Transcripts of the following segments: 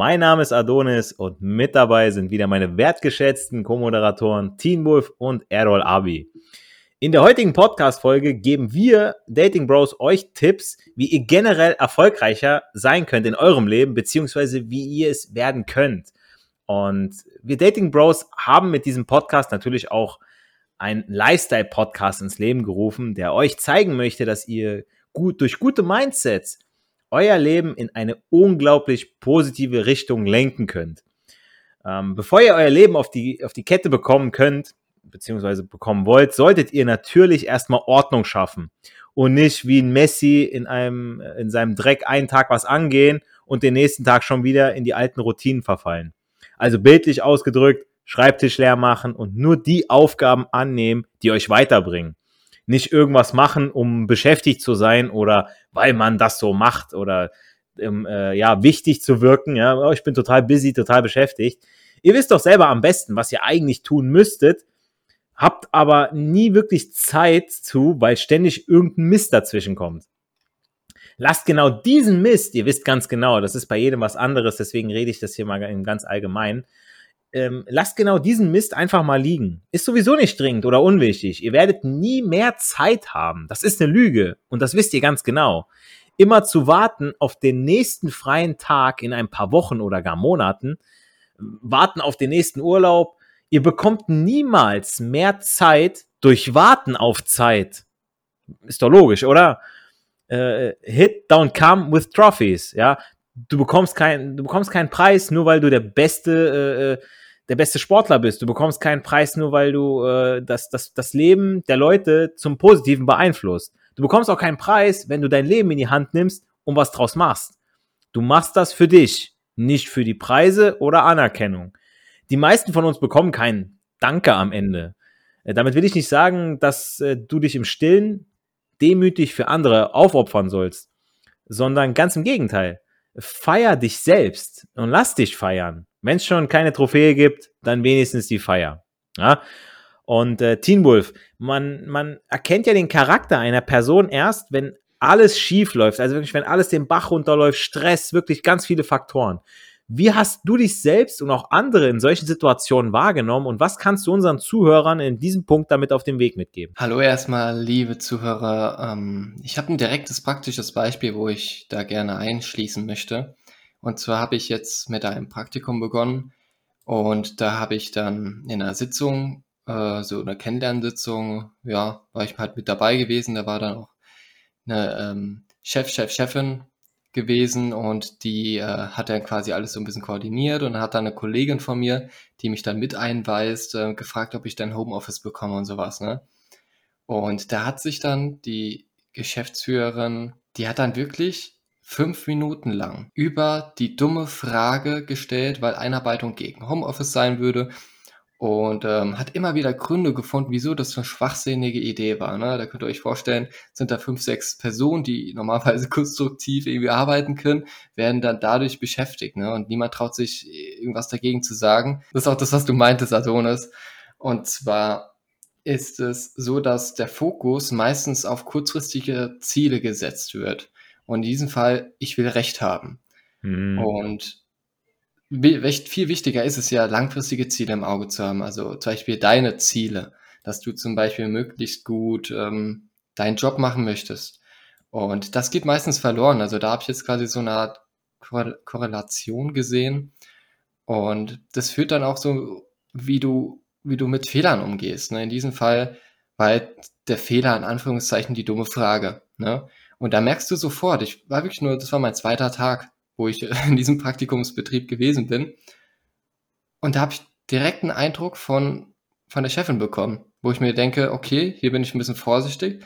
Mein Name ist Adonis und mit dabei sind wieder meine wertgeschätzten Co-Moderatoren Teen Wolf und Errol Abi. In der heutigen Podcast-Folge geben wir Dating Bros euch Tipps, wie ihr generell erfolgreicher sein könnt in eurem Leben, beziehungsweise wie ihr es werden könnt. Und wir Dating Bros haben mit diesem Podcast natürlich auch einen Lifestyle-Podcast ins Leben gerufen, der euch zeigen möchte, dass ihr durch gute Mindsets euer Leben in eine unglaublich positive Richtung lenken könnt. Bevor ihr euer Leben auf die Kette bekommen könnt, beziehungsweise bekommen wollt, solltet ihr natürlich erstmal Ordnung schaffen und nicht wie ein Messi in seinem Dreck einen Tag was angehen und den nächsten Tag schon wieder in die alten Routinen verfallen. Also bildlich ausgedrückt, Schreibtisch leer machen und nur die Aufgaben annehmen, die euch weiterbringen. Nicht irgendwas machen, um beschäftigt zu sein oder weil man das so macht oder wichtig zu wirken. Ja, oh, ich bin total busy, total beschäftigt. Ihr wisst doch selber am besten, was ihr eigentlich tun müsstet, habt aber nie wirklich Zeit zu, weil ständig irgendein Mist dazwischen kommt. Lasst genau diesen Mist, ihr wisst ganz genau, das ist bei jedem was anderes, deswegen rede ich das hier mal ganz allgemein. Lasst genau diesen Mist einfach mal liegen. Ist sowieso nicht dringend oder unwichtig. Ihr werdet nie mehr Zeit haben. Das ist eine Lüge und das wisst ihr ganz genau. Immer zu warten auf den nächsten freien Tag in ein paar Wochen oder gar Monaten, warten auf den nächsten Urlaub. Ihr bekommt niemals mehr Zeit durch Warten auf Zeit. Ist doch logisch, oder? Hit don't come with trophies. Ja, du bekommst keinen Preis, nur weil du der beste Sportler bist. Du bekommst keinen Preis, nur weil du das Leben der Leute zum Positiven beeinflusst. Du bekommst auch keinen Preis, wenn du dein Leben in die Hand nimmst und was draus machst. Du machst das für dich, nicht für die Preise oder Anerkennung. Die meisten von uns bekommen kein Danke am Ende. Damit will ich nicht sagen, dass du dich im Stillen demütig für andere aufopfern sollst, sondern ganz im Gegenteil. Feier dich selbst und lass dich feiern. Wenn es schon keine Trophäe gibt, dann wenigstens die Feier. Ja? Und Teen Wolf, man erkennt ja den Charakter einer Person erst, wenn alles schief läuft, also wirklich, wenn alles den Bach runterläuft, Stress, wirklich ganz viele Faktoren. Wie hast du dich selbst und auch andere in solchen Situationen wahrgenommen und was kannst du unseren Zuhörern in diesem Punkt damit auf den Weg mitgeben? Hallo erstmal, liebe Zuhörer. Ich habe ein direktes praktisches Beispiel, wo ich da gerne einschließen möchte. Und zwar habe ich jetzt mit einem Praktikum begonnen und da habe ich dann in einer Sitzung, so eine Kennenlernsitzung, ja, war ich halt mit dabei gewesen. Da war dann auch eine Chefin gewesen und die hat dann quasi alles so ein bisschen koordiniert und hat dann eine Kollegin von mir, die mich dann mit einweist, gefragt, ob ich dann Homeoffice bekomme und sowas, ne? Und da hat sich dann die Geschäftsführerin, die hat dann wirklich 5 Minuten lang über die dumme Frage gestellt, weil Einarbeitung gegen Homeoffice sein würde und hat immer wieder Gründe gefunden, wieso das so eine schwachsinnige Idee war, ne? Da könnt ihr euch vorstellen, sind da 5, 6 Personen, die normalerweise konstruktiv irgendwie arbeiten können, werden dann dadurch beschäftigt, ne? Und niemand traut sich, irgendwas dagegen zu sagen. Das ist auch das, was du meintest, Adonis. Und zwar ist es so, dass der Fokus meistens auf kurzfristige Ziele gesetzt wird. Und in diesem Fall, ich will Recht haben. Und viel wichtiger ist es ja, langfristige Ziele im Auge zu haben. Also zum Beispiel deine Ziele, dass du zum Beispiel möglichst gut deinen Job machen möchtest. Und das geht meistens verloren. Also da habe ich jetzt quasi so eine Art Korrelation gesehen. Und das führt dann auch so, wie du mit Fehlern umgehst. Ne? In diesem Fall war halt der Fehler in Anführungszeichen die dumme Frage. Ne? Und da merkst du sofort, das war mein zweiter Tag, wo ich in diesem Praktikumsbetrieb gewesen bin. Und da habe ich direkt einen Eindruck von der Chefin bekommen, wo ich mir denke, okay, hier bin ich ein bisschen vorsichtig,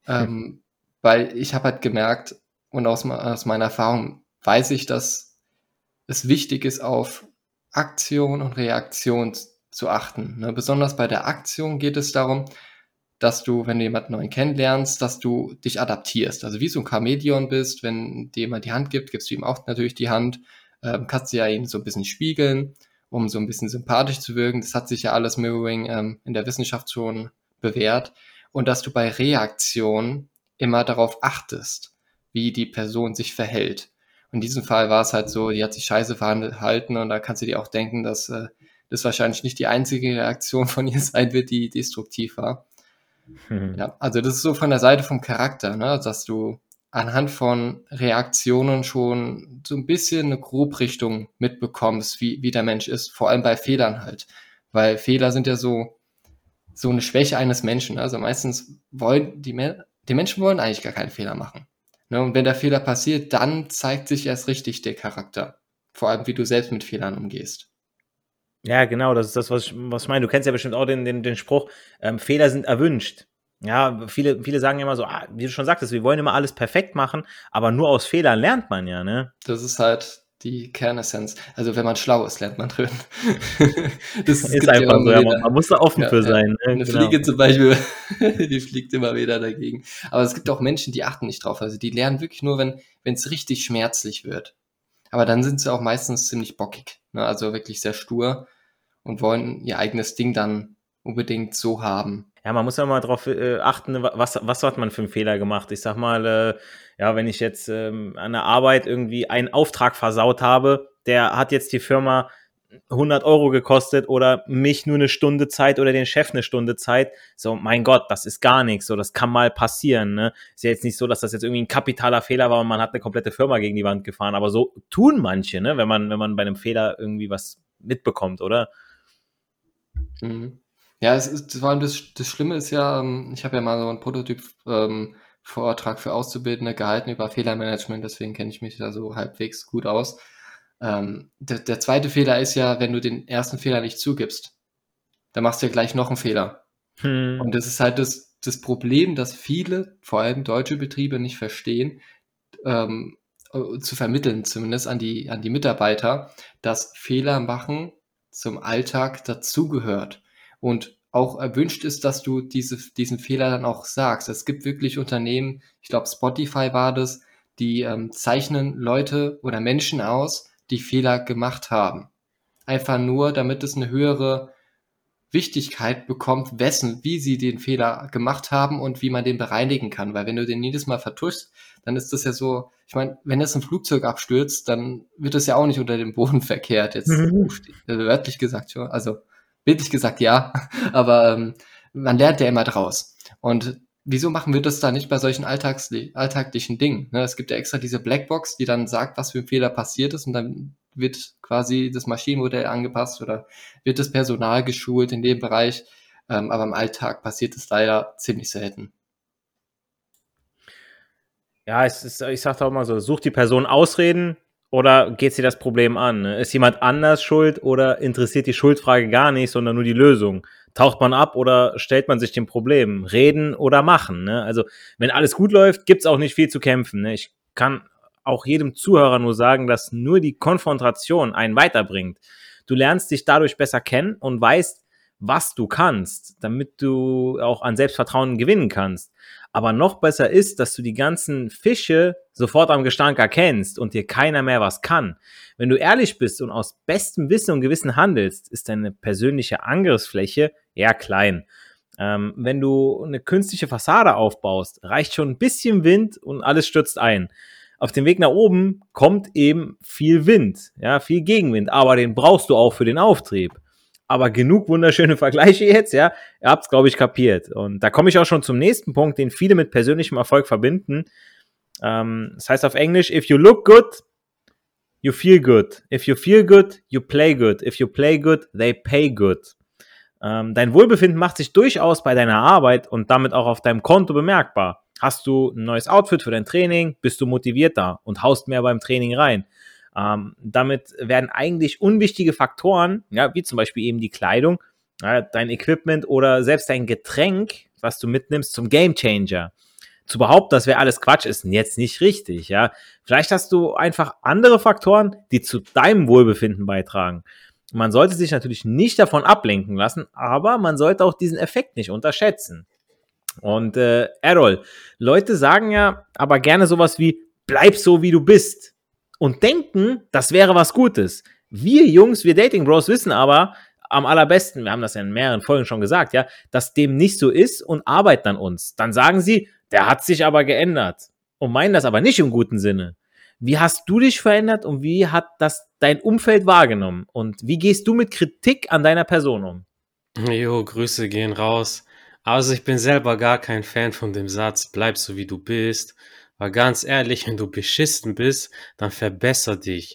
weil ich habe halt gemerkt und aus meiner Erfahrung weiß ich, dass es wichtig ist, auf Aktion und Reaktion zu achten. Ne? Besonders bei der Aktion geht es darum, dass du, wenn du jemanden neuen kennenlernst, dass du dich adaptierst. Also wie so ein Chamäleon bist, wenn dir jemand die Hand gibt, gibst du ihm auch natürlich die Hand, kannst du ja ihn so ein bisschen spiegeln, um so ein bisschen sympathisch zu wirken. Das hat sich ja alles Mirroring in der Wissenschaft schon bewährt. Und dass du bei Reaktion immer darauf achtest, wie die Person sich verhält. In diesem Fall war es halt so, die hat sich scheiße verhalten und da kannst du dir auch denken, dass das wahrscheinlich nicht die einzige Reaktion von ihr sein wird, die destruktiv war. Ja, also das ist so von der Seite vom Charakter, ne, dass du anhand von Reaktionen schon so ein bisschen eine Grobrichtung mitbekommst, wie der Mensch ist, vor allem bei Fehlern halt. Weil Fehler sind ja so eine Schwäche eines Menschen. Also meistens wollen die Menschen wollen eigentlich gar keinen Fehler machen. Ne? Und wenn der Fehler passiert, dann zeigt sich erst richtig der Charakter. Vor allem, wie du selbst mit Fehlern umgehst. Ja, genau, das ist das, was ich meine. Du kennst ja bestimmt auch den Spruch, Fehler sind erwünscht. Ja, viele sagen ja immer so, wie du schon sagtest, wir wollen immer alles perfekt machen, aber nur aus Fehlern lernt man ja, ne? Das ist halt die Kernessenz. Also wenn man schlau ist, lernt man drin. Das Ist gibt ja einfach immer so, ja, wieder. man muss da offen Ja, für ja. sein, ne? Eine Genau. Fliege zum Beispiel, die fliegt immer wieder dagegen. Aber es gibt auch Menschen, die achten nicht drauf. Also die lernen wirklich nur, wenn es richtig schmerzlich wird. Aber dann sind sie auch meistens ziemlich bockig. Ne? Also wirklich sehr stur und wollen ihr eigenes Ding dann unbedingt so haben. Ja, man muss ja mal drauf achten, was hat man für einen Fehler gemacht. Ich sag mal, ja, wenn ich jetzt an der Arbeit irgendwie einen Auftrag versaut habe, der hat jetzt die Firma 100 Euro gekostet oder mich nur eine Stunde Zeit oder den Chef eine Stunde Zeit. So, mein Gott, das ist gar nichts. So, das kann mal passieren. Ne? Ist ja jetzt nicht so, dass das jetzt irgendwie ein kapitaler Fehler war und man hat eine komplette Firma gegen die Wand gefahren. Aber so tun manche, ne? wenn man bei einem Fehler irgendwie was mitbekommt, oder? Mhm. Ja, es ist, vor allem das Schlimme ist ja, ich habe ja mal so einen Prototyp-Vortrag für Auszubildende gehalten über Fehlermanagement, deswegen kenne ich mich da so halbwegs gut aus. Der zweite Fehler ist ja, wenn du den ersten Fehler nicht zugibst, dann machst du ja gleich noch einen Fehler. Und das ist halt das Problem, dass viele, vor allem deutsche Betriebe, nicht verstehen, zu vermitteln, zumindest an die Mitarbeiter, dass Fehler machen zum Alltag dazugehört und auch erwünscht ist, dass du diesen Fehler dann auch sagst. Es gibt wirklich Unternehmen, ich glaube Spotify war das, die zeichnen Leute oder Menschen aus, die Fehler gemacht haben. Einfach nur, damit es eine höhere Wichtigkeit bekommt, wie sie den Fehler gemacht haben und wie man den bereinigen kann. Weil wenn du den jedes Mal vertuschst, dann ist das ja so, ich meine, wenn jetzt ein Flugzeug abstürzt, dann wird das ja auch nicht unter dem Boden verkehrt, jetzt wörtlich gesagt, schon. Also bildlich gesagt ja, aber man lernt ja immer draus. Und wieso machen wir das da nicht bei solchen alltäglichen Dingen? Ne? Es gibt ja extra diese Blackbox, die dann sagt, was für ein Fehler passiert ist und dann wird quasi das Maschinenmodell angepasst oder wird das Personal geschult in dem Bereich. Aber im Alltag passiert es leider ziemlich selten. Ja, ich sag auch mal so, sucht die Person Ausreden oder geht sie das Problem an? Ne? Ist jemand anders schuld oder interessiert die Schuldfrage gar nicht, sondern nur die Lösung? Taucht man ab oder stellt man sich dem Problem? Reden oder machen? Ne? Also, wenn alles gut läuft, gibt's auch nicht viel zu kämpfen. Ne? Ich kann auch jedem Zuhörer nur sagen, dass nur die Konfrontation einen weiterbringt. Du lernst dich dadurch besser kennen und weißt, was du kannst, damit du auch an Selbstvertrauen gewinnen kannst. Aber noch besser ist, dass du die ganzen Fische sofort am Gestank erkennst und dir keiner mehr was kann. Wenn du ehrlich bist und aus bestem Wissen und Gewissen handelst, ist deine persönliche Angriffsfläche eher klein. Wenn du eine künstliche Fassade aufbaust, reicht schon ein bisschen Wind und alles stürzt ein. Auf dem Weg nach oben kommt eben viel Wind, ja, viel Gegenwind, aber den brauchst du auch für den Auftrieb. Aber genug wunderschöne Vergleiche jetzt, ja. Ihr habt es, glaube ich, kapiert. Und da komme ich auch schon zum nächsten Punkt, den viele mit persönlichem Erfolg verbinden. Das heißt auf Englisch, if you look good, you feel good. If you feel good, you play good. If you play good, they pay good. Dein Wohlbefinden macht sich durchaus bei deiner Arbeit und damit auch auf deinem Konto bemerkbar. Hast du ein neues Outfit für dein Training, bist du motivierter und haust mehr beim Training rein. Damit werden eigentlich unwichtige Faktoren, ja, wie zum Beispiel eben die Kleidung, dein Equipment oder selbst dein Getränk, was du mitnimmst, zum Gamechanger. Zu behaupten, das wäre alles Quatsch, ist jetzt nicht richtig, ja. Vielleicht hast du einfach andere Faktoren, die zu deinem Wohlbefinden beitragen. Man sollte sich natürlich nicht davon ablenken lassen, aber man sollte auch diesen Effekt nicht unterschätzen. Und Errol, Leute sagen ja aber gerne sowas wie, bleib so, wie du bist. Und denken, das wäre was Gutes. Wir Jungs, wir Dating Bros wissen aber am allerbesten, wir haben das ja in mehreren Folgen schon gesagt, ja, dass dem nicht so ist und arbeiten an uns. Dann sagen sie, der hat sich aber geändert und meinen das aber nicht im guten Sinne. Wie hast du dich verändert und wie hat das dein Umfeld wahrgenommen? Und wie gehst du mit Kritik an deiner Person um? Jo, Grüße gehen raus. Also ich bin selber gar kein Fan von dem Satz, bleib so wie du bist. Weil ganz ehrlich, wenn du beschissen bist, dann verbesser dich.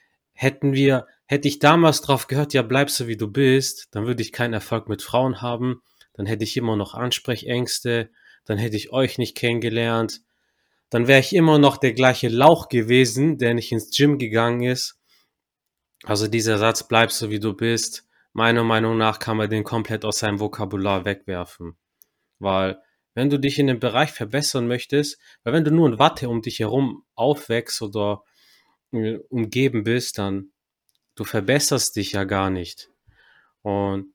Hätte ich damals drauf gehört, ja, bleib so wie du bist, dann würde ich keinen Erfolg mit Frauen haben, dann hätte ich immer noch Ansprechängste, dann hätte ich euch nicht kennengelernt, dann wäre ich immer noch der gleiche Lauch gewesen, der nicht ins Gym gegangen ist. Also dieser Satz, bleib so wie du bist, meiner Meinung nach kann man den komplett aus seinem Vokabular wegwerfen. Weil wenn du dich in dem Bereich verbessern möchtest, weil wenn du nur in Watte um dich herum aufwächst oder umgeben bist, dann du verbesserst dich ja gar nicht. Und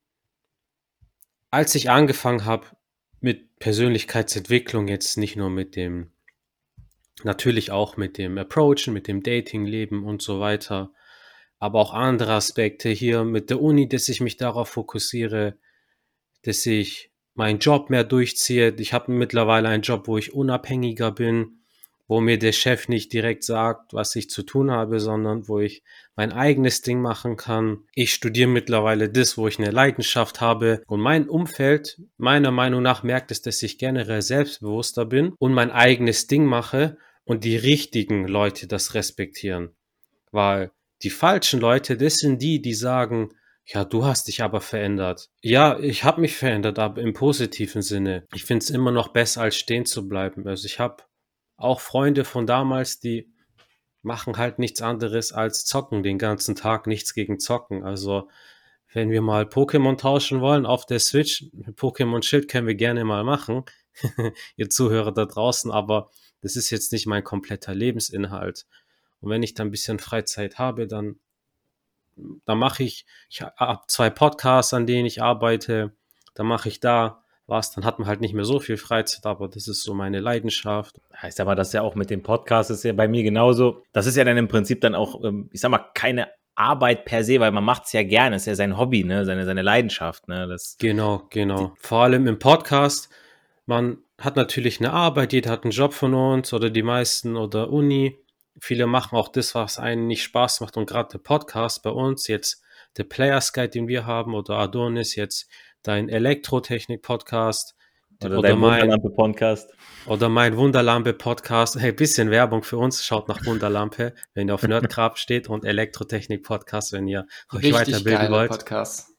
als ich angefangen habe mit Persönlichkeitsentwicklung, jetzt nicht nur mit dem, natürlich auch mit dem Approachen, mit dem Datingleben und so weiter, aber auch andere Aspekte hier mit der Uni, dass ich mich darauf fokussiere, dass ich meinen Job mehr durchziehe. Ich habe mittlerweile einen Job, wo ich unabhängiger bin, wo mir der Chef nicht direkt sagt, was ich zu tun habe, sondern wo ich mein eigenes Ding machen kann. Ich studiere mittlerweile das, wo ich eine Leidenschaft habe. Und mein Umfeld, meiner Meinung nach, merkt es, dass ich generell selbstbewusster bin und mein eigenes Ding mache und die richtigen Leute das respektieren. Weil die falschen Leute, das sind die, die sagen, ja, du hast dich aber verändert. Ja, ich habe mich verändert, aber im positiven Sinne. Ich finde es immer noch besser, als stehen zu bleiben. Also ich habe auch Freunde von damals, die machen halt nichts anderes als zocken den ganzen Tag, nichts gegen zocken. Also wenn wir mal Pokémon tauschen wollen auf der Switch, Pokémon Schild können wir gerne mal machen, ihr Zuhörer da draußen, aber das ist jetzt nicht mein kompletter Lebensinhalt. Und wenn ich dann ein bisschen Freizeit habe, dann mache ich habe 2 Podcasts, an denen ich arbeite, dann mache ich da was, dann hat man halt nicht mehr so viel Freizeit, aber das ist so meine Leidenschaft. Ich sag mal, das ist ja auch mit dem Podcast, ist ja bei mir genauso. Das ist ja dann im Prinzip dann auch, ich sag mal, keine Arbeit per se, weil man macht es ja gerne, ist ja sein Hobby, ne, seine Leidenschaft, ne, das. Genau. Vor allem im Podcast, man hat natürlich eine Arbeit, jeder hat einen Job von uns oder die meisten oder Uni. Viele machen auch das, was einem nicht Spaß macht und gerade der Podcast bei uns, jetzt der Players Guide, den wir haben oder Adonis, jetzt dein Elektrotechnik-Podcast Oder dein Wunderlampe-Podcast. oder mein Wunderlampe-Podcast. Hey, bisschen Werbung für uns. Schaut nach Wunderlampe, wenn ihr auf Nerdcraft steht und Elektrotechnik-Podcast, wenn ihr euch Richtig weiterbilden geile wollt. Podcast.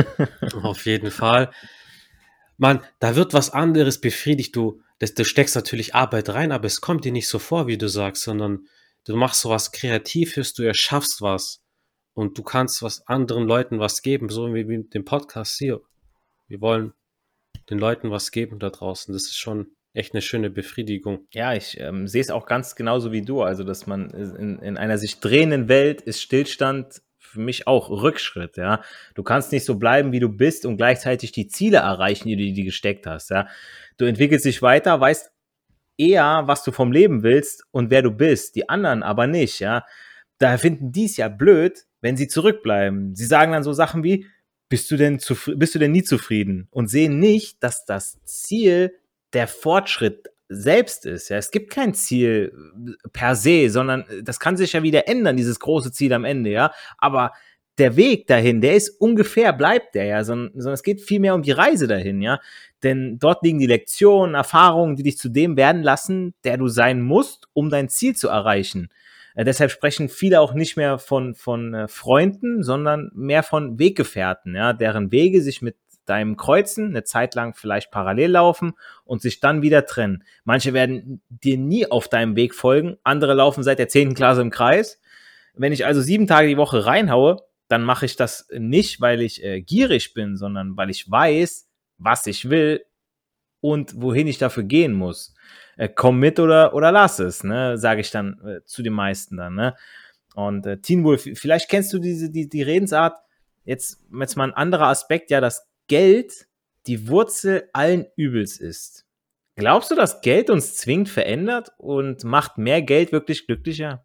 Auf jeden Fall. Mann, da wird was anderes befriedigt. Du steckst natürlich Arbeit rein, aber es kommt dir nicht so vor, wie du sagst, sondern du machst so was Kreatives, du erschaffst was und du kannst was anderen Leuten was geben, so wie mit dem Podcast hier. Wir wollen den Leuten was geben da draußen. Das ist schon echt eine schöne Befriedigung. Ja, ich sehe es auch ganz genauso wie du. Also, dass man in einer sich drehenden Welt ist Stillstand für mich auch Rückschritt, ja. Du kannst nicht so bleiben, wie du bist und gleichzeitig die Ziele erreichen, die du dir gesteckt hast, ja. Du entwickelst dich weiter, weißt eher, was du vom Leben willst und wer du bist, die anderen aber nicht, ja. Daher finden die es ja blöd, wenn sie zurückbleiben. Sie sagen dann so Sachen wie, bist du denn nie zufrieden? Und sehen nicht, dass das Ziel der Fortschritt selbst ist. Ja, es gibt kein Ziel per se, sondern das kann sich ja wieder ändern, dieses große Ziel am Ende, ja. Aber der Weg dahin, der ist ungefähr, bleibt der ja, sondern es geht vielmehr um die Reise dahin, ja. Denn dort liegen die Lektionen, Erfahrungen, die dich zu dem werden lassen, der du sein musst, um dein Ziel zu erreichen. Deshalb sprechen viele auch nicht mehr von Freunden, sondern mehr von Weggefährten, ja, deren Wege sich mit deinem kreuzen, eine Zeit lang vielleicht parallel laufen und sich dann wieder trennen. Manche werden dir nie auf deinem Weg folgen, andere laufen seit der 10. Klasse im Kreis. Wenn ich also 7 Tage die Woche reinhaue, dann mache ich das nicht, weil ich gierig bin, sondern weil ich weiß, was ich will und wohin ich dafür gehen muss. Komm mit oder lass es, ne, sage ich dann zu den meisten dann, ne. Und Teen Wolf, vielleicht kennst du die Redensart, jetzt mal ein anderer Aspekt, ja, dass Geld die Wurzel allen Übels ist. Glaubst du, dass Geld uns zwingend verändert und macht mehr Geld wirklich glücklicher?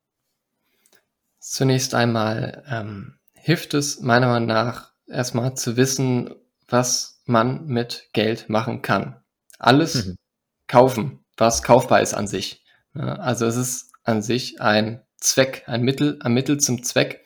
Zunächst einmal hilft es meiner Meinung nach erstmal zu wissen, was man mit Geld machen kann. Alles kaufen, was kaufbar ist an sich. Ja, also es ist an sich ein Zweck, ein Mittel zum Zweck.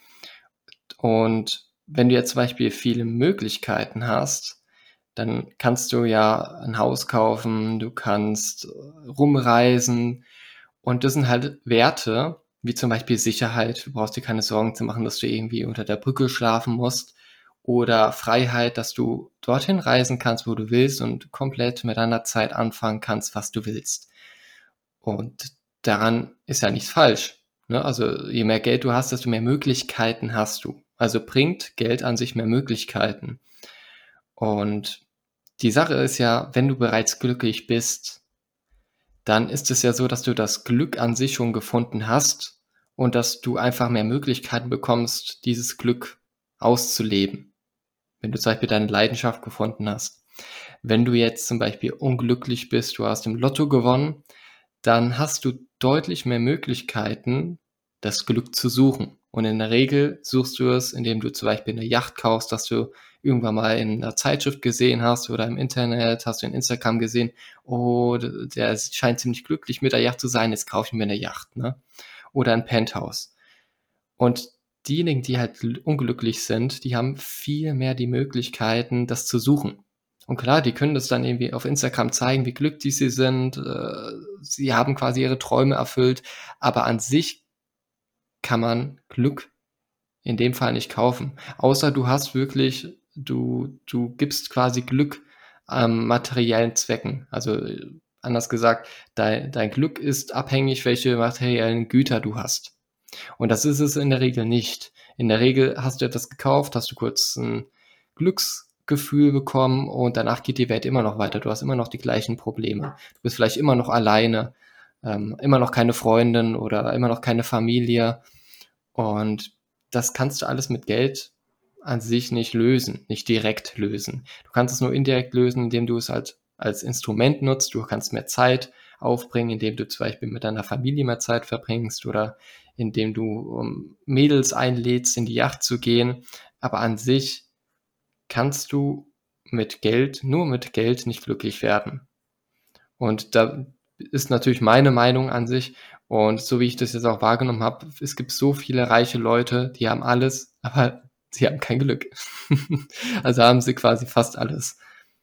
Und wenn du jetzt zum Beispiel viele Möglichkeiten hast, dann kannst du ja ein Haus kaufen, du kannst rumreisen und das sind halt Werte, wie zum Beispiel Sicherheit. Du brauchst dir keine Sorgen zu machen, dass du irgendwie unter der Brücke schlafen musst oder Freiheit, dass du dorthin reisen kannst, wo du willst und komplett mit deiner Zeit anfangen kannst, was du willst. Und daran ist ja nichts falsch. Ne? Also je mehr Geld du hast, desto mehr Möglichkeiten hast du. Also bringt Geld an sich mehr Möglichkeiten. Und die Sache ist ja, wenn du bereits glücklich bist, dann ist es ja so, dass du das Glück an sich schon gefunden hast und dass du einfach mehr Möglichkeiten bekommst, dieses Glück auszuleben. Wenn du zum Beispiel deine Leidenschaft gefunden hast. Wenn du jetzt zum Beispiel unglücklich bist, du hast im Lotto gewonnen, dann hast du deutlich mehr Möglichkeiten, das Glück zu suchen. Und in der Regel suchst du es, indem du zum Beispiel eine Yacht kaufst, dass du irgendwann mal in einer Zeitschrift gesehen hast oder im Internet, hast du in Instagram gesehen, oh, der scheint ziemlich glücklich mit der Yacht zu sein, jetzt kaufe ich mir eine Yacht, ne? Oder ein Penthouse. Und diejenigen, die halt unglücklich sind, die haben viel mehr die Möglichkeiten, das zu suchen. Und klar, die können das dann irgendwie auf Instagram zeigen, wie glücklich sie sind. Sie haben quasi ihre Träume erfüllt. Aber an sich kann man Glück in dem Fall nicht kaufen. Außer du hast wirklich, du gibst quasi Glück materiellen Zwecken. Also anders gesagt, dein Glück ist abhängig, welche materiellen Güter du hast. Und das ist es in der Regel nicht. In der Regel hast du etwas gekauft, hast du kurz ein Glücksgefühl bekommen und danach geht die Welt immer noch weiter. Du hast immer noch die gleichen Probleme. Du bist vielleicht immer noch alleine, immer noch keine Freundin oder immer noch keine Familie. Und das kannst du alles mit Geld an sich nicht lösen, nicht direkt lösen. Du kannst es nur indirekt lösen, indem du es halt als Instrument nutzt. Du kannst mehr Zeit aufbringen, indem du zum Beispiel mit deiner Familie mehr Zeit verbringst oder indem du Mädels einlädst, in die Yacht zu gehen. Aber an sich kannst du nur mit Geld nicht glücklich werden. Und da ist natürlich meine Meinung an sich. Und so wie ich das jetzt auch wahrgenommen habe, es gibt so viele reiche Leute, die haben alles, aber sie haben kein Glück. Also haben sie quasi fast alles.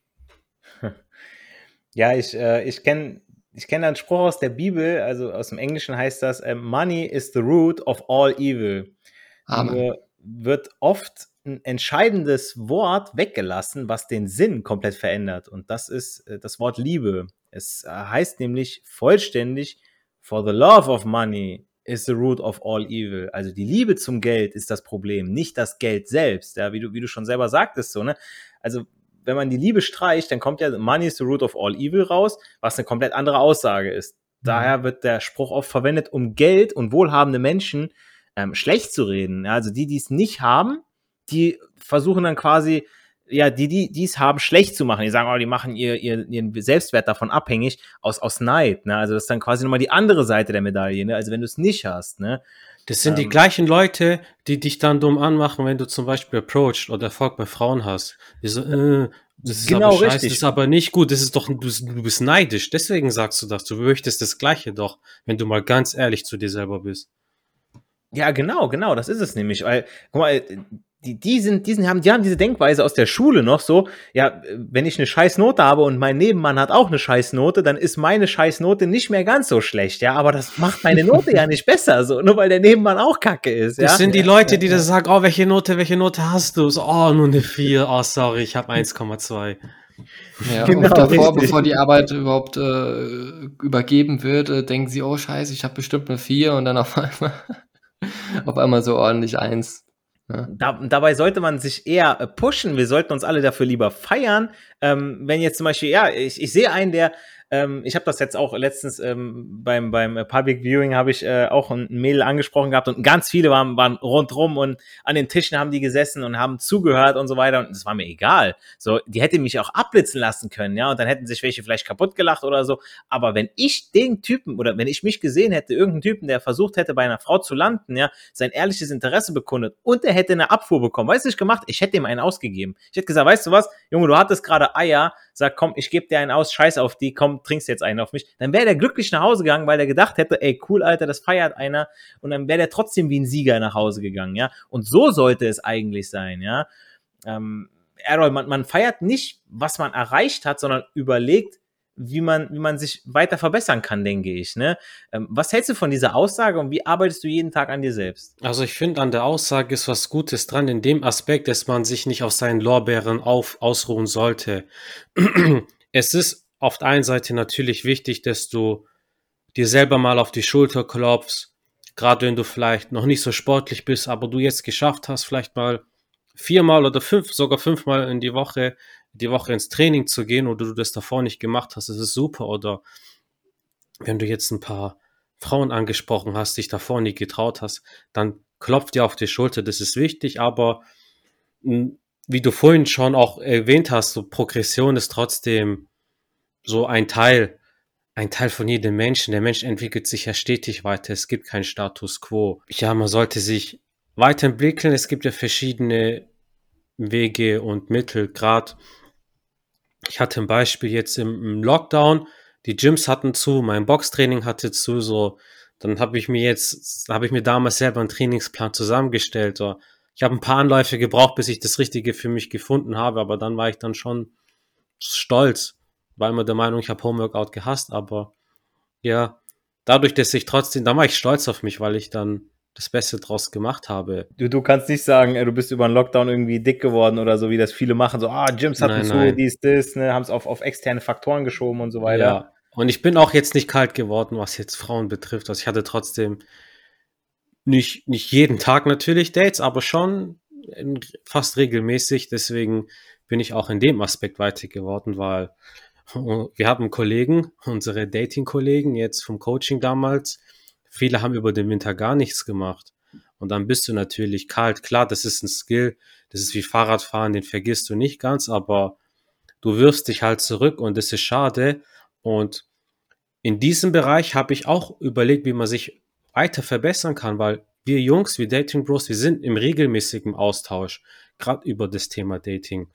Ja, ich kenne einen Spruch aus der Bibel, also aus dem Englischen heißt das, Money is the root of all evil. Amen. Nur wird oft ein entscheidendes Wort weggelassen, was den Sinn komplett verändert. Und das ist das Wort Liebe. Es heißt nämlich vollständig, for the love of money is the root of all evil. Also die Liebe zum Geld ist das Problem, nicht das Geld selbst. Ja, wie du schon selber sagtest, so, ne? Also wenn man die Liebe streicht, dann kommt ja Money is the root of all evil raus, was eine komplett andere Aussage ist. Daher wird der Spruch oft verwendet, um Geld und wohlhabende Menschen schlecht zu reden. Ja, also die es nicht haben, die versuchen dann quasi, ja, die es haben, schlecht zu machen. Die sagen, oh, die machen ihren Selbstwert davon abhängig aus Neid. Ne? Also das ist dann quasi nochmal die andere Seite der Medaille. Ne? Also wenn du es nicht hast, ne? Das sind die gleichen Leute, die dich dann dumm anmachen, wenn du zum Beispiel approached oder Erfolg bei Frauen hast. Die so, das ist Genau, aber scheiße, richtig. das ist aber nicht gut, das ist doch, du bist neidisch, deswegen sagst du das, du möchtest das Gleiche doch, wenn du mal ganz ehrlich zu dir selber bist. Ja, genau, das ist es nämlich. Weil, guck mal, die haben diese Denkweise aus der Schule noch so, ja, wenn ich eine Scheißnote habe und mein Nebenmann hat auch eine Scheißnote, dann ist meine Scheißnote nicht mehr ganz so schlecht, ja, aber das macht meine Note ja nicht besser, so, nur weil der Nebenmann auch kacke ist, ja. Das sind die Leute, die das sagen, oh, welche Note hast du? So, oh, nur eine 4, oh, sorry, ich habe 1,2. Ja, Genau, und davor, richtig. bevor die Arbeit überhaupt übergeben wird, denken sie, oh scheiße, ich habe bestimmt eine 4 und dann auf einmal so ordentlich 1. Ja. Dabei sollte man sich eher pushen. Wir sollten uns alle dafür lieber feiern. Wenn jetzt zum Beispiel, ja, ich sehe einen, der, ich habe das jetzt auch letztens beim Public Viewing habe ich auch ein Mädel angesprochen gehabt und ganz viele waren rundrum und an den Tischen haben die gesessen und haben zugehört und so weiter und das war mir egal. So, die hätte mich auch abblitzen lassen können, ja, und dann hätten sich welche vielleicht kaputt gelacht oder so. Aber wenn ich den Typen oder wenn ich mich gesehen hätte, irgendeinen Typen, der versucht hätte, bei einer Frau zu landen, ja, sein ehrliches Interesse bekundet und er hätte eine Abfuhr bekommen, weißt du, was ich gemacht? Ich hätte ihm einen ausgegeben. Ich hätte gesagt, weißt du was, Junge, du hattest gerade Eier, sag, komm, ich gebe dir einen aus, scheiß auf die, komm, komm, trinkst jetzt einen auf mich, dann wäre der glücklich nach Hause gegangen, weil er gedacht hätte, ey, cool, Alter, das feiert einer, und dann wäre der trotzdem wie ein Sieger nach Hause gegangen, ja, und so sollte es eigentlich sein, ja. Errol, man feiert nicht, was man erreicht hat, sondern überlegt, wie man sich weiter verbessern kann, denke ich, ne? Was hältst du von dieser Aussage und wie arbeitest du jeden Tag an dir selbst? Also ich finde, an der Aussage ist was Gutes dran, in dem Aspekt, dass man sich nicht auf seinen Lorbeeren ausruhen sollte. Es ist auf der einen Seite natürlich wichtig, dass du dir selber mal auf die Schulter klopfst, gerade wenn du vielleicht noch nicht so sportlich bist, aber du jetzt geschafft hast, vielleicht mal 4-mal oder 5, sogar 5-mal in die Woche ins Training zu gehen, oder du das davor nicht gemacht hast, das ist super. Oder wenn du jetzt ein paar Frauen angesprochen hast, dich davor nie getraut hast, dann klopft dir auf die Schulter, das ist wichtig, aber wie du vorhin schon auch erwähnt hast, so Progression ist trotzdem so ein Teil von jedem Menschen. Der Mensch entwickelt sich ja stetig weiter, es gibt keinen Status quo. Ja, man sollte sich weiterentwickeln, es gibt ja verschiedene Wege und Mittel, gerade ich hatte ein Beispiel jetzt im Lockdown, die Gyms hatten zu, mein Boxtraining hatte zu, so, dann habe ich mir damals selber einen Trainingsplan zusammengestellt. Oder ich habe ein paar Anläufe gebraucht, bis ich das Richtige für mich gefunden habe, aber dann war ich dann schon stolz, war immer der Meinung, ich habe Homeworkout gehasst, aber ja, dadurch, dass da war ich stolz auf mich, weil ich dann das Beste draus gemacht habe. Du kannst nicht sagen, du bist über den Lockdown irgendwie dick geworden oder so, wie das viele machen, so, Gyms hatten zu, Nein. dies, das, ne, haben es auf externe Faktoren geschoben und so weiter. Ja, und ich bin auch jetzt nicht kalt geworden, was jetzt Frauen betrifft. Also ich hatte trotzdem nicht jeden Tag natürlich Dates, aber schon fast regelmäßig. Deswegen bin ich auch in dem Aspekt weiter geworden, weil wir haben einen Kollegen, unsere Dating-Kollegen jetzt vom Coaching damals, viele haben über den Winter gar nichts gemacht. Und dann bist du natürlich kalt. Klar, das ist ein Skill, das ist wie Fahrradfahren, den vergisst du nicht ganz, aber du wirfst dich halt zurück und das ist schade. Und in diesem Bereich habe ich auch überlegt, wie man sich weiter verbessern kann, weil wir Jungs, wir Dating Bros, wir sind im regelmäßigen Austausch, gerade über das Thema Dating.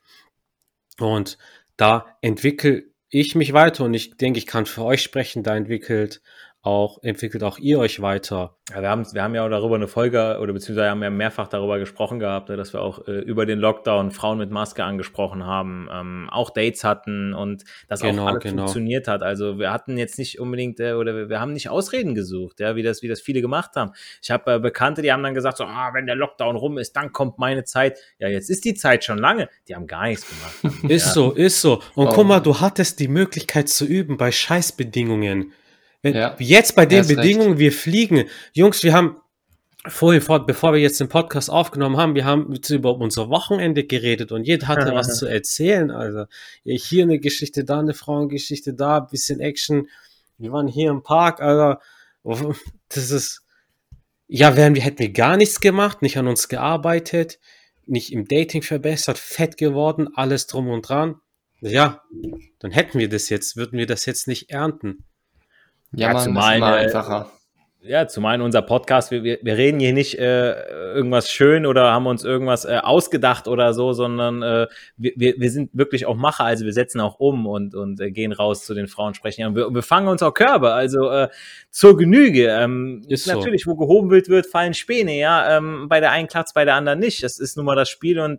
Und da entwickle ich mich weiter und ich denke, ich kann für euch sprechen, da entwickelt auch ihr euch weiter. Ja, wir haben ja auch darüber eine Folge, oder beziehungsweise haben ja mehrfach darüber gesprochen gehabt, dass wir auch über den Lockdown Frauen mit Maske angesprochen haben, auch Dates hatten und das auch alles funktioniert hat. Also wir hatten jetzt nicht unbedingt, oder wir haben nicht Ausreden gesucht, ja, wie das viele gemacht haben. Ich habe Bekannte, die haben dann gesagt, so, wenn der Lockdown rum ist, dann kommt meine Zeit. Ja, jetzt ist die Zeit schon lange. Die haben gar nichts gemacht. Ist so. Und guck mal, du hattest die Möglichkeit zu üben bei Scheißbedingungen. Jetzt bei den Bedingungen, wir fliegen. Jungs, wir haben bevor wir jetzt den Podcast aufgenommen haben, wir haben über unser Wochenende geredet und jeder hatte was zu erzählen. Also hier eine Geschichte, da eine Frauengeschichte, da ein bisschen Action. Wir waren hier im Park, Alter. Das ist, hätten wir gar nichts gemacht, nicht an uns gearbeitet, nicht im Dating verbessert, fett geworden, alles drum und dran. Ja, dann würden wir das jetzt nicht ernten. Ja, man, zumal, ist immer einfacher. Ja, zumal in unser Podcast, wir reden hier nicht irgendwas schön oder haben uns irgendwas ausgedacht oder so, sondern wir sind wirklich auch Macher, also wir setzen auch um und gehen raus zu den Frauen, sprechen. Und wir fangen uns auch Körbe, also zur Genüge. Ist natürlich, wo gehobelt wird, fallen Späne, ja. Bei der einen klappt's, bei der anderen nicht. Das ist nun mal das Spiel und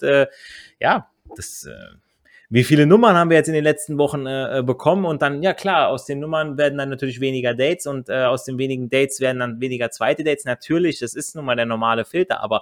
wie viele Nummern haben wir jetzt in den letzten Wochen bekommen und dann, ja klar, aus den Nummern werden dann natürlich weniger Dates und aus den wenigen Dates werden dann weniger zweite Dates. Natürlich, das ist nun mal der normale Filter, aber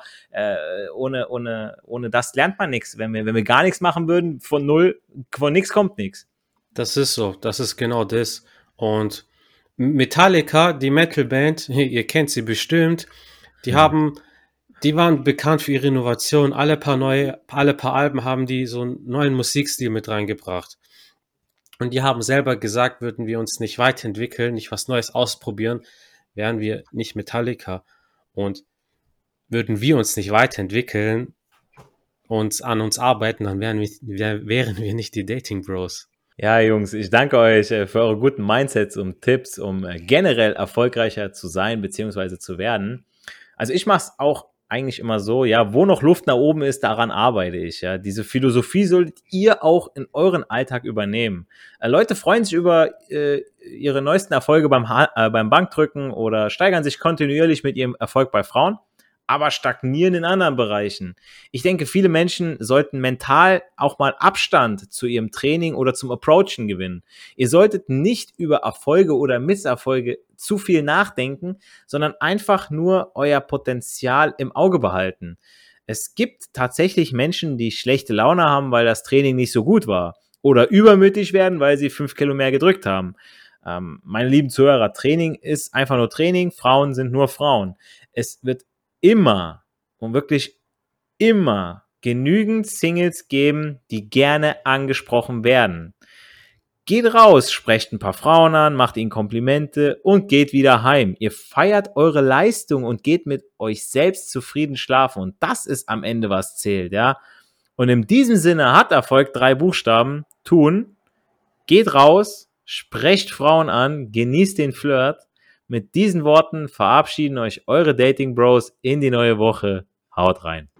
ohne das lernt man nichts. Wenn wir gar nichts machen würden, von nichts kommt nichts. Das ist so, das ist genau das. Und Metallica, die Metalband, ihr kennt sie bestimmt, die waren bekannt für ihre Innovation. Alle paar Alben haben die so einen neuen Musikstil mit reingebracht. Und die haben selber gesagt, würden wir uns nicht weiterentwickeln, nicht was Neues ausprobieren, wären wir nicht Metallica. Und würden wir uns nicht weiterentwickeln und an uns arbeiten, dann wären wir nicht die Dating Bros. Ja, Jungs, ich danke euch für eure guten Mindsets und Tipps, um generell erfolgreicher zu sein bzw. zu werden. Also ich mache es auch eigentlich immer so, ja, wo noch Luft nach oben ist, daran arbeite ich. Ja, diese Philosophie solltet ihr auch in euren Alltag übernehmen. Leute freuen sich über ihre neuesten Erfolge beim Bankdrücken oder steigern sich kontinuierlich mit ihrem Erfolg bei Frauen, aber stagnieren in anderen Bereichen. Ich denke, viele Menschen sollten mental auch mal Abstand zu ihrem Training oder zum Approachen gewinnen. Ihr solltet nicht über Erfolge oder Misserfolge zu viel nachdenken, sondern einfach nur euer Potenzial im Auge behalten. Es gibt tatsächlich Menschen, die schlechte Laune haben, weil das Training nicht so gut war, oder übermütig werden, weil sie 5 Kilo mehr gedrückt haben. Meine lieben Zuhörer, Training ist einfach nur Training, Frauen sind nur Frauen. Es wird immer und wirklich immer genügend Singles geben, die gerne angesprochen werden. Geht raus, sprecht ein paar Frauen an, macht ihnen Komplimente und geht wieder heim. Ihr feiert eure Leistung und geht mit euch selbst zufrieden schlafen. Und das ist am Ende, was zählt, ja. Und in diesem Sinne hat Erfolg 3 Buchstaben. Tun. Geht raus, sprecht Frauen an, genießt den Flirt. Mit diesen Worten verabschieden euch eure Dating Bros in die neue Woche. Haut rein.